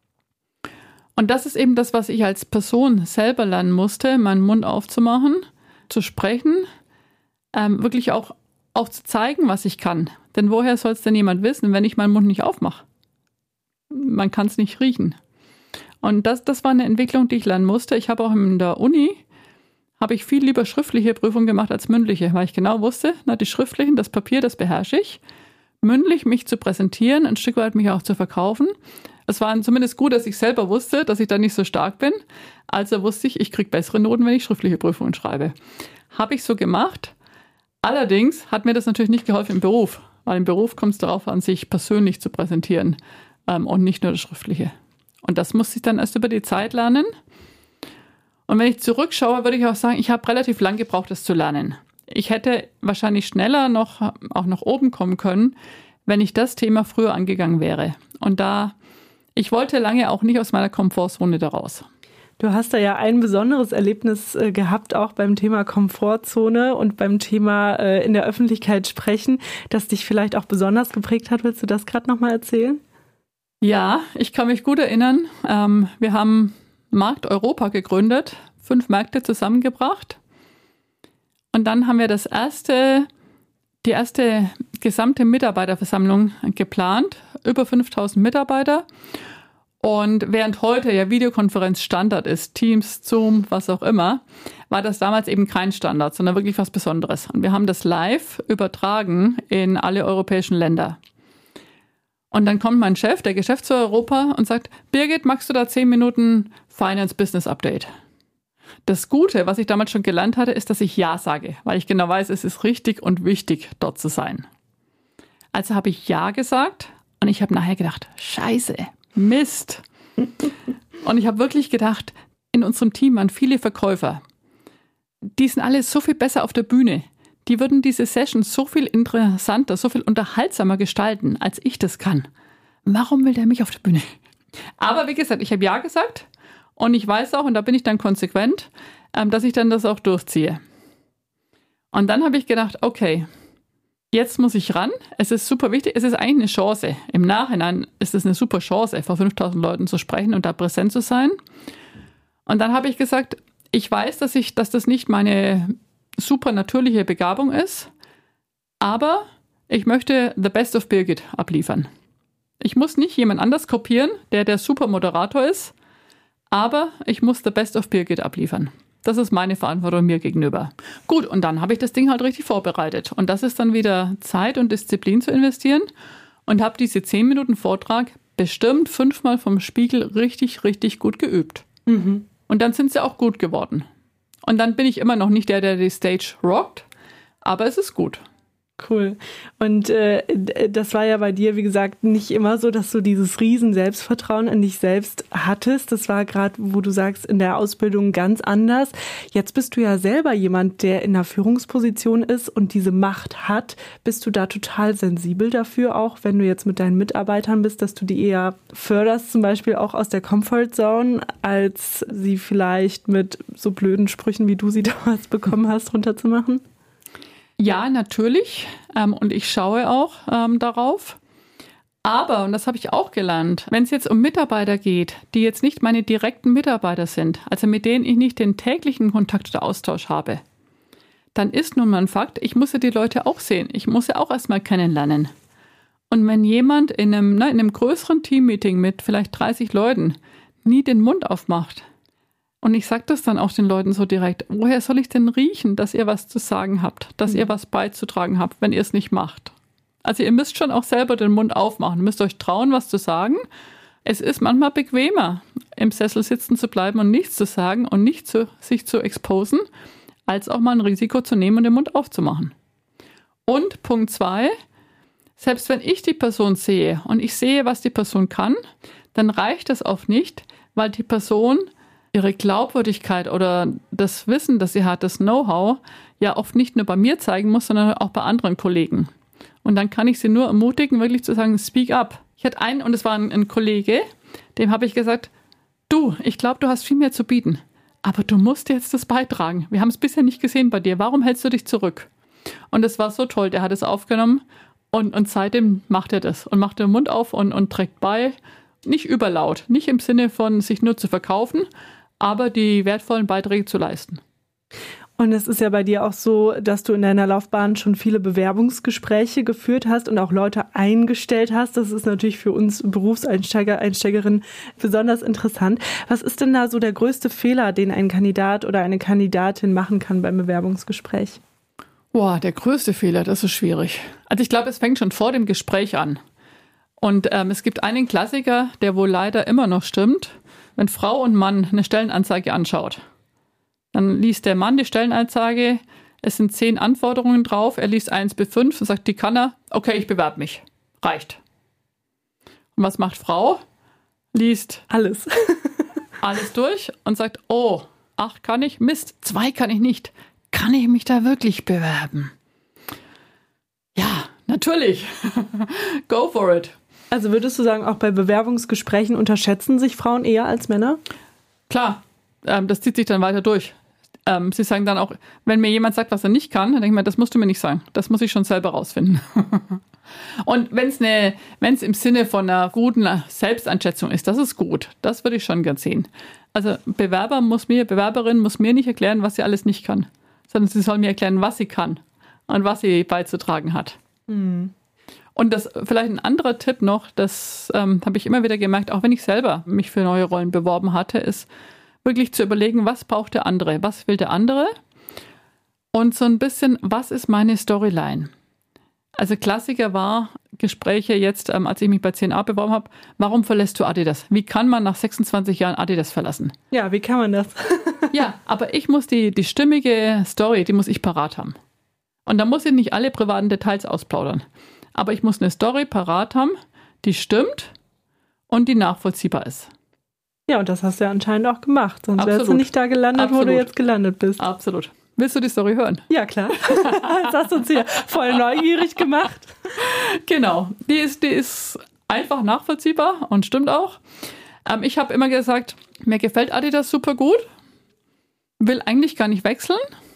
Speaker 3: Und das ist eben das, was ich als Person selber lernen musste, meinen Mund aufzumachen, zu sprechen, wirklich auch zu zeigen, was ich kann. Denn woher soll es denn jemand wissen, wenn ich meinen Mund nicht aufmache? Man kann es nicht riechen. Und das war eine Entwicklung, die ich lernen musste. Ich habe auch in der Uni, viel lieber schriftliche Prüfungen gemacht als mündliche, weil ich genau wusste, die schriftlichen, das Papier, das beherrsche ich. Mündlich mich zu präsentieren, ein Stück weit mich auch zu verkaufen. Es war zumindest gut, dass ich selber wusste, dass ich da nicht so stark bin. Also wusste ich kriege bessere Noten, wenn ich schriftliche Prüfungen schreibe. Habe ich so gemacht. Allerdings hat mir das natürlich nicht geholfen im Beruf, weil im Beruf kommt es darauf an, sich persönlich zu präsentieren und nicht nur das Schriftliche. Und das musste ich dann erst über die Zeit lernen. Und wenn ich zurückschaue, würde ich auch sagen, ich habe relativ lang gebraucht, das zu lernen. Ich hätte wahrscheinlich schneller auch nach oben kommen können, wenn ich das Thema früher angegangen wäre. Und ich wollte lange auch nicht aus meiner Komfortzone daraus.
Speaker 2: Du hast da ja ein besonderes Erlebnis gehabt, auch beim Thema Komfortzone und beim Thema in der Öffentlichkeit sprechen, das dich vielleicht auch besonders geprägt hat. Willst du das gerade nochmal erzählen?
Speaker 3: Ja, ich kann mich gut erinnern. Wir haben Markt Europa gegründet, 5 Märkte zusammengebracht. Und dann haben wir die erste gesamte Mitarbeiterversammlung geplant, über 5000 Mitarbeiter. Und während heute ja Videokonferenz Standard ist, Teams, Zoom, was auch immer, war das damals eben kein Standard, sondern wirklich was Besonderes. Und wir haben das live übertragen in alle europäischen Länder. Und dann kommt mein Chef, der Geschäftsführer Europa, und sagt, Birgit, magst du da 10 Minuten Finance Business Update? Das Gute, was ich damals schon gelernt hatte, ist, dass ich Ja sage, weil ich genau weiß, es ist richtig und wichtig, dort zu sein. Also habe ich Ja gesagt und ich habe nachher gedacht, Scheiße, Mist. Und ich habe wirklich gedacht, in unserem Team waren viele Verkäufer. Die sind alle so viel besser auf der Bühne. Die würden diese Session so viel interessanter, so viel unterhaltsamer gestalten, als ich das kann. Warum will der mich auf der Bühne? Aber wie gesagt, ich habe Ja gesagt und ich weiß auch, und da bin ich dann konsequent, dass ich dann das auch durchziehe. Und dann habe ich gedacht, okay, jetzt muss ich ran. Es ist super wichtig. Es ist eigentlich eine Chance. Im Nachhinein ist es eine super Chance, vor 5000 Leuten zu sprechen und da präsent zu sein. Und dann habe ich gesagt, ich weiß, dass das nicht meine super natürliche Begabung ist, aber ich möchte the best of Birgit abliefern. Ich muss nicht jemand anders kopieren, der super Moderator ist, aber ich muss the best of Birgit abliefern. Das ist meine Verantwortung mir gegenüber. Gut, und dann habe ich das Ding halt richtig vorbereitet. Und das ist dann wieder Zeit und Disziplin zu investieren und habe diese 10 Minuten Vortrag bestimmt 5-mal vom Spiegel richtig, richtig gut geübt. Mhm. Und dann sind sie auch gut geworden. Und dann bin ich immer noch nicht der die Stage rockt, aber es ist gut.
Speaker 2: Cool. Und das war ja bei dir, wie gesagt, nicht immer so, dass du dieses riesen Selbstvertrauen in dich selbst hattest. Das war gerade, wo du sagst, in der Ausbildung ganz anders. Jetzt bist du ja selber jemand, der in einer Führungsposition ist und diese Macht hat. Bist du da total sensibel dafür, auch wenn du jetzt mit deinen Mitarbeitern bist, dass du die eher förderst, zum Beispiel auch aus der Comfortzone, als sie vielleicht mit so blöden Sprüchen, wie du sie damals bekommen hast, runterzumachen?
Speaker 3: Ja, natürlich. Und ich schaue auch darauf. Aber, und das habe ich auch gelernt, wenn es jetzt um Mitarbeiter geht, die jetzt nicht meine direkten Mitarbeiter sind, also mit denen ich nicht den täglichen Kontakt oder Austausch habe, dann ist nun mal ein Fakt, ich muss ja die Leute auch sehen. Ich muss ja auch erstmal kennenlernen. Und wenn jemand in einem größeren Teammeeting mit vielleicht 30 Leuten nie den Mund aufmacht, und ich sage das dann auch den Leuten so direkt, woher soll ich denn riechen, dass ihr was zu sagen habt, dass ihr was beizutragen habt, wenn ihr es nicht macht? Also ihr müsst schon auch selber den Mund aufmachen, müsst euch trauen, was zu sagen. Es ist manchmal bequemer, im Sessel sitzen zu bleiben und nichts zu sagen und nicht sich zu exposen, als auch mal ein Risiko zu nehmen und den Mund aufzumachen. Und Punkt 2, selbst wenn ich die Person sehe und ich sehe, was die Person kann, dann reicht das oft nicht, weil die Person ihre Glaubwürdigkeit oder das Wissen, das sie hat, das Know-how, ja oft nicht nur bei mir zeigen muss, sondern auch bei anderen Kollegen. Und dann kann ich sie nur ermutigen, wirklich zu sagen, speak up. Ich hatte einen, und es war ein Kollege, dem habe ich gesagt, du, ich glaube, du hast viel mehr zu bieten, aber du musst jetzt das beitragen. Wir haben es bisher nicht gesehen bei dir. Warum hältst du dich zurück? Und es war so toll, der hat es aufgenommen und seitdem macht er das und macht den Mund auf und trägt bei. Nicht überlaut, nicht im Sinne von sich nur zu verkaufen, aber die wertvollen Beiträge zu leisten.
Speaker 2: Und es ist ja bei dir auch so, dass du in deiner Laufbahn schon viele Bewerbungsgespräche geführt hast und auch Leute eingestellt hast. Das ist natürlich für uns Berufseinsteiger, Einsteigerinnen besonders interessant. Was ist denn da so der größte Fehler, den ein Kandidat oder eine Kandidatin machen kann beim Bewerbungsgespräch?
Speaker 3: Boah, der größte Fehler, das ist schwierig. Also ich glaube, es fängt schon vor dem Gespräch an. Und es gibt einen Klassiker, der wohl leider immer noch stimmt. Wenn Frau und Mann eine Stellenanzeige anschaut, dann liest der Mann die Stellenanzeige, es sind 10 Anforderungen drauf, er liest 1 bis 5 und sagt, die kann er, okay, ich bewerbe mich. Reicht. Und was macht Frau? Liest
Speaker 2: alles
Speaker 3: durch und sagt, oh, 8 kann ich, Mist, 2 kann ich nicht. Kann ich mich da wirklich bewerben? Ja, natürlich. Go for it.
Speaker 2: Also würdest du sagen, auch bei Bewerbungsgesprächen unterschätzen sich Frauen eher als Männer?
Speaker 3: Klar, das zieht sich dann weiter durch. Sie sagen dann auch, wenn mir jemand sagt, was er nicht kann, dann denke ich mir, das musst du mir nicht sagen. Das muss ich schon selber rausfinden. Und wenn es im Sinne von einer guten Selbsteinschätzung ist, das ist gut. Das würde ich schon gern sehen. Also Bewerberin muss mir nicht erklären, was sie alles nicht kann, sondern sie soll mir erklären, was sie kann und was sie beizutragen hat. Mhm. Und das vielleicht ein anderer Tipp noch, das habe ich immer wieder gemerkt, auch wenn ich selber mich für neue Rollen beworben hatte, ist wirklich zu überlegen, was braucht der andere, was will der andere und so ein bisschen, was ist meine Storyline? Also Klassiker war Gespräche jetzt, als ich mich bei C&A beworben habe, warum verlässt du Adidas? Wie kann man nach 26 Jahren Adidas verlassen?
Speaker 2: Ja, wie kann man das?
Speaker 3: Ja, aber ich muss die stimmige Story, die muss ich parat haben. Und da muss ich nicht alle privaten Details ausplaudern. Aber ich muss eine Story parat haben, die stimmt und die nachvollziehbar ist.
Speaker 2: Ja, und das hast du ja anscheinend auch gemacht. Sonst wärst du nicht da gelandet, wo du jetzt gelandet bist.
Speaker 3: Absolut. Willst du die Story hören?
Speaker 2: Ja, klar. Jetzt hast du uns hier voll neugierig gemacht.
Speaker 3: Genau. Die ist einfach nachvollziehbar und stimmt auch. Ich habe immer gesagt, mir gefällt Adidas super gut, will eigentlich gar nicht wechseln,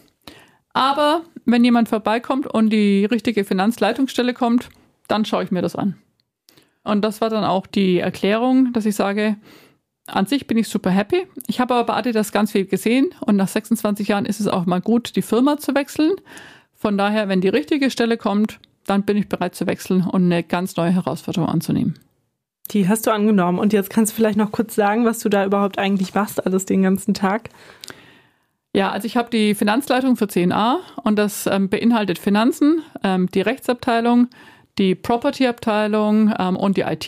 Speaker 3: aber wenn jemand vorbeikommt und die richtige Finanzleitungsstelle kommt, dann schaue ich mir das an. Und das war dann auch die Erklärung, dass ich sage, an sich bin ich super happy. Ich habe aber bei Adidas ganz viel gesehen und nach 26 Jahren ist es auch mal gut, die Firma zu wechseln. Von daher, wenn die richtige Stelle kommt, dann bin ich bereit zu wechseln und eine ganz neue Herausforderung anzunehmen.
Speaker 2: Die hast du angenommen. Und jetzt kannst du vielleicht noch kurz sagen, was du da überhaupt eigentlich machst, alles den ganzen Tag.
Speaker 3: Ja, also ich habe die Finanzleitung für C&A und das beinhaltet Finanzen, die Rechtsabteilung, die Property-Abteilung und die IT.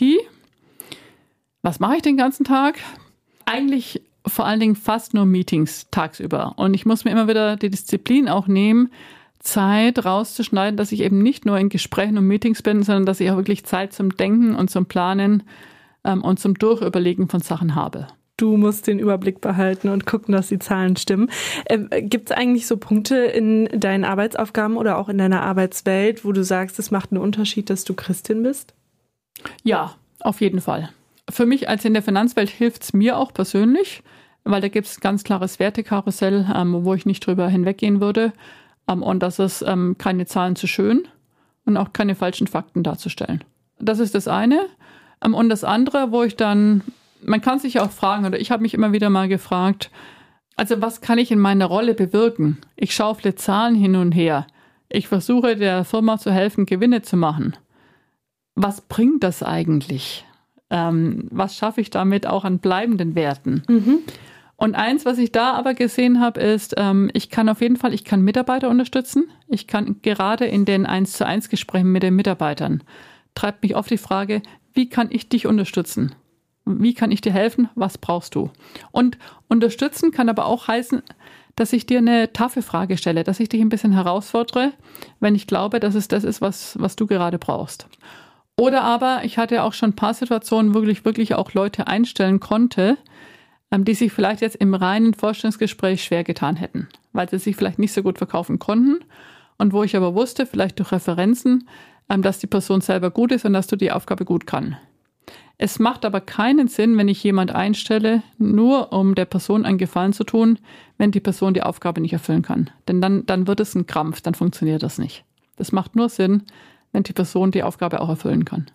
Speaker 3: Was mache ich den ganzen Tag? Eigentlich vor allen Dingen fast nur Meetings tagsüber. Und ich muss mir immer wieder die Disziplin auch nehmen, Zeit rauszuschneiden, dass ich eben nicht nur in Gesprächen und Meetings bin, sondern dass ich auch wirklich Zeit zum Denken und zum Planen und zum Durchüberlegen von Sachen habe.
Speaker 2: Du musst den Überblick behalten und gucken, dass die Zahlen stimmen. Gibt es eigentlich so Punkte in deinen Arbeitsaufgaben oder auch in deiner Arbeitswelt, wo du sagst, es macht einen Unterschied, dass du Christin bist?
Speaker 3: Ja, auf jeden Fall. Für mich als in der Finanzwelt hilft es mir auch persönlich, weil da gibt es ganz klares Wertekarussell, wo ich nicht drüber hinweggehen würde. Und das ist keine Zahlen zu schön und auch keine falschen Fakten darzustellen. Das ist das eine. Und das andere, wo ich dann, man kann sich auch fragen, oder ich habe mich immer wieder mal gefragt, also was kann ich in meiner Rolle bewirken? Ich schaufle Zahlen hin und her. Ich versuche der Firma zu helfen, Gewinne zu machen. Was bringt das eigentlich? Was schaffe ich damit auch an bleibenden Werten? Mhm. Und eins, was ich da aber gesehen habe, ist, ich kann Mitarbeiter unterstützen. Ich kann gerade in den 1:1 Gesprächen mit den Mitarbeitern, treibt mich oft die Frage, wie kann ich dich unterstützen? Wie kann ich dir helfen? Was brauchst du? Und unterstützen kann aber auch heißen, dass ich dir eine taffe Frage stelle, dass ich dich ein bisschen herausfordere, wenn ich glaube, dass es das ist, was du gerade brauchst. Oder aber, ich hatte auch schon ein paar Situationen, wo ich wirklich auch Leute einstellen konnte, die sich vielleicht jetzt im reinen Vorstellungsgespräch schwer getan hätten, weil sie sich vielleicht nicht so gut verkaufen konnten und wo ich aber wusste, vielleicht durch Referenzen, dass die Person selber gut ist und dass du die Aufgabe gut kann. Es macht aber keinen Sinn, wenn ich jemand einstelle, nur um der Person einen Gefallen zu tun, wenn die Person die Aufgabe nicht erfüllen kann. Denn dann wird es ein Krampf, dann funktioniert das nicht. Das macht nur Sinn, wenn die Person die Aufgabe auch erfüllen kann.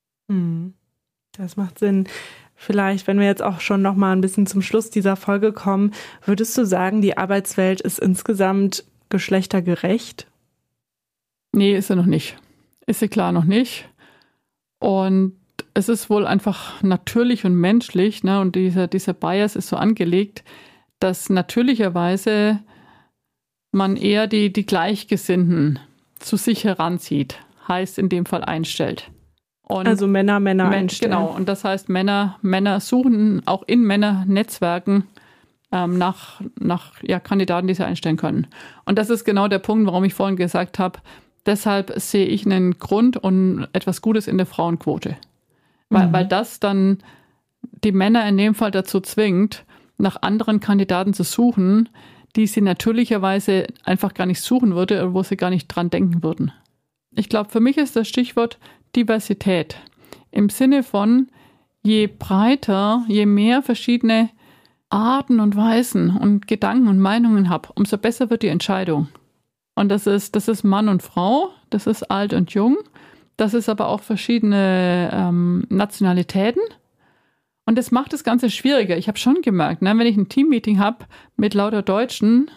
Speaker 2: Das macht Sinn. Vielleicht, wenn wir jetzt auch schon noch mal ein bisschen zum Schluss dieser Folge kommen, würdest du sagen, die Arbeitswelt ist insgesamt geschlechtergerecht?
Speaker 3: Nee, ist sie noch nicht. Ist sie klar noch nicht. Und es ist wohl einfach natürlich und menschlich, ne? Und dieser Bias ist so angelegt, dass natürlicherweise man eher die Gleichgesinnten zu sich heranzieht, heißt in dem Fall einstellt. Und
Speaker 2: also Männer einstellen.
Speaker 3: Genau, und das heißt, Männer suchen auch in Männernetzwerken nach Kandidaten, die sie einstellen können. Und das ist genau der Punkt, warum ich vorhin gesagt habe, deshalb sehe ich einen Grund und etwas Gutes in der Frauenquote. Weil das dann die Männer in dem Fall dazu zwingt, nach anderen Kandidaten zu suchen, die sie natürlicherweise einfach gar nicht suchen würde oder wo sie gar nicht dran denken würden. Ich glaube, für mich ist das Stichwort Diversität. Im Sinne von, je breiter, je mehr verschiedene Arten und Weisen und Gedanken und Meinungen habe, umso besser wird die Entscheidung. Und das ist Mann und Frau, das ist alt und jung, das ist aber auch verschiedene Nationalitäten. Und das macht das Ganze schwieriger. Ich habe schon gemerkt, ne, wenn ich ein Teammeeting habe mit lauter Deutschen,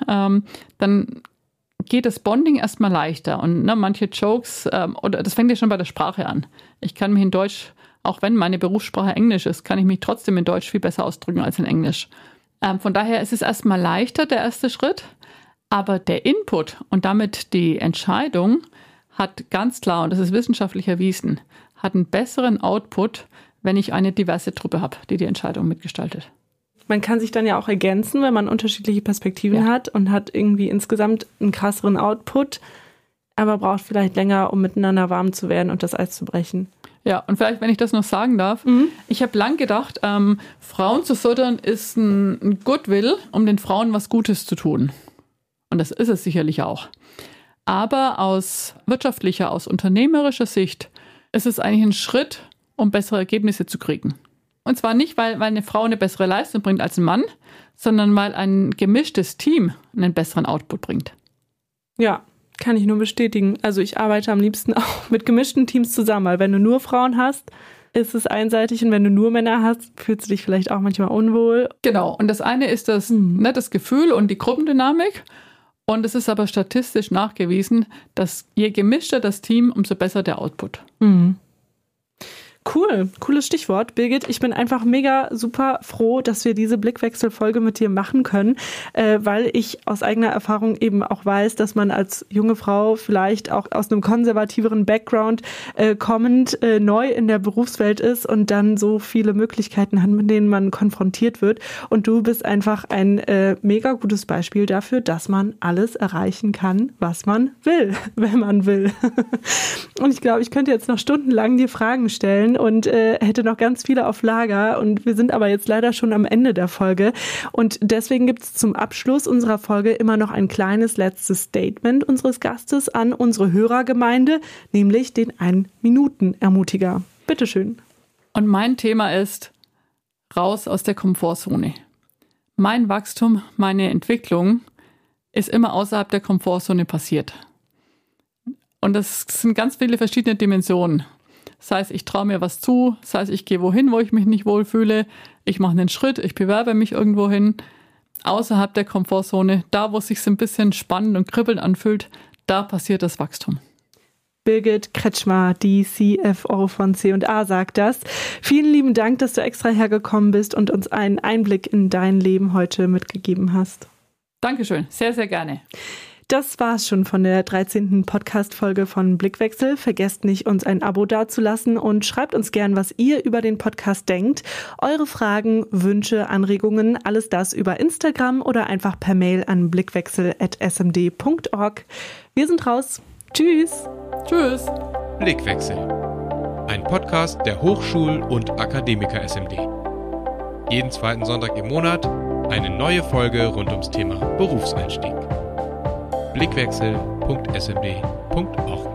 Speaker 3: dann geht das Bonding erstmal leichter. Und manche Jokes, oder das fängt ja schon bei der Sprache an. Ich kann mich in Deutsch, auch wenn meine Berufssprache Englisch ist, kann ich mich trotzdem in Deutsch viel besser ausdrücken als in Englisch. Von daher ist es erstmal leichter, der erste Schritt. Aber der Input und damit die Entscheidung hat ganz klar, und das ist wissenschaftlich erwiesen, hat einen besseren Output, wenn ich eine diverse Truppe habe, die Entscheidung mitgestaltet.
Speaker 2: Man kann sich dann ja auch ergänzen, wenn man unterschiedliche Perspektiven hat und hat irgendwie insgesamt einen krasseren Output, aber braucht vielleicht länger, um miteinander warm zu werden und das Eis zu brechen.
Speaker 3: Ja, und vielleicht, wenn ich das noch sagen darf, ich habe lang gedacht, Frauen zu fördern ist ein Goodwill, um den Frauen was Gutes zu tun. Und das ist es sicherlich auch. Aber aus wirtschaftlicher, aus unternehmerischer Sicht ist es eigentlich ein Schritt, um bessere Ergebnisse zu kriegen. Und zwar nicht, weil eine Frau eine bessere Leistung bringt als ein Mann, sondern weil ein gemischtes Team einen besseren Output bringt.
Speaker 2: Ja, kann ich nur bestätigen. Also ich arbeite am liebsten auch mit gemischten Teams zusammen, weil wenn du nur Frauen hast, ist es einseitig und wenn du nur Männer hast, fühlst du dich vielleicht auch manchmal unwohl.
Speaker 3: Genau, und das eine ist das Gefühl und die Gruppendynamik. Und es ist aber statistisch nachgewiesen, dass je gemischter das Team, umso besser der Output.
Speaker 2: Cool, cooles Stichwort. Birgit, ich bin einfach mega super froh, dass wir diese Blickwechselfolge mit dir machen können, weil ich aus eigener Erfahrung eben auch weiß, dass man als junge Frau vielleicht auch aus einem konservativeren Background kommend neu in der Berufswelt ist und dann so viele Möglichkeiten hat, mit denen man konfrontiert wird. Und du bist einfach ein mega gutes Beispiel dafür, dass man alles erreichen kann, was man will, wenn man will. Und ich glaube, ich könnte jetzt noch stundenlang dir Fragen stellen und hätte noch ganz viele auf Lager. Und wir sind aber jetzt leider schon am Ende der Folge. Und deswegen gibt es zum Abschluss unserer Folge immer noch ein kleines letztes Statement unseres Gastes an unsere Hörergemeinde, nämlich den 1-Minuten-Ermutiger. Bitteschön.
Speaker 3: Und mein Thema ist raus aus der Komfortzone. Mein Wachstum, meine Entwicklung ist immer außerhalb der Komfortzone passiert. Und das sind ganz viele verschiedene Dimensionen. Sei es, ich traue mir was zu, sei es, ich gehe wohin, wo ich mich nicht wohlfühle, ich mache einen Schritt, ich bewerbe mich irgendwo hin. Außerhalb der Komfortzone, da wo es sich so ein bisschen spannend und kribbelnd anfühlt, da passiert das Wachstum.
Speaker 2: Birgit Kretschmer, die CFO von C&A, sagt das. Vielen lieben Dank, dass du extra hergekommen bist und uns einen Einblick in dein Leben heute mitgegeben hast.
Speaker 3: Dankeschön, sehr, sehr gerne.
Speaker 2: Das war's schon von der 13. Podcast-Folge von Blickwechsel. Vergesst nicht, uns ein Abo dazulassen und schreibt uns gern, was ihr über den Podcast denkt. Eure Fragen, Wünsche, Anregungen, alles das über Instagram oder einfach per Mail an blickwechsel@smd.org. Wir sind raus. Tschüss.
Speaker 3: Tschüss.
Speaker 1: Blickwechsel. Ein Podcast der Hochschul- und Akademiker SMD. Jeden zweiten Sonntag im Monat eine neue Folge rund ums Thema Berufseinstieg. Blickwechsel.smd.org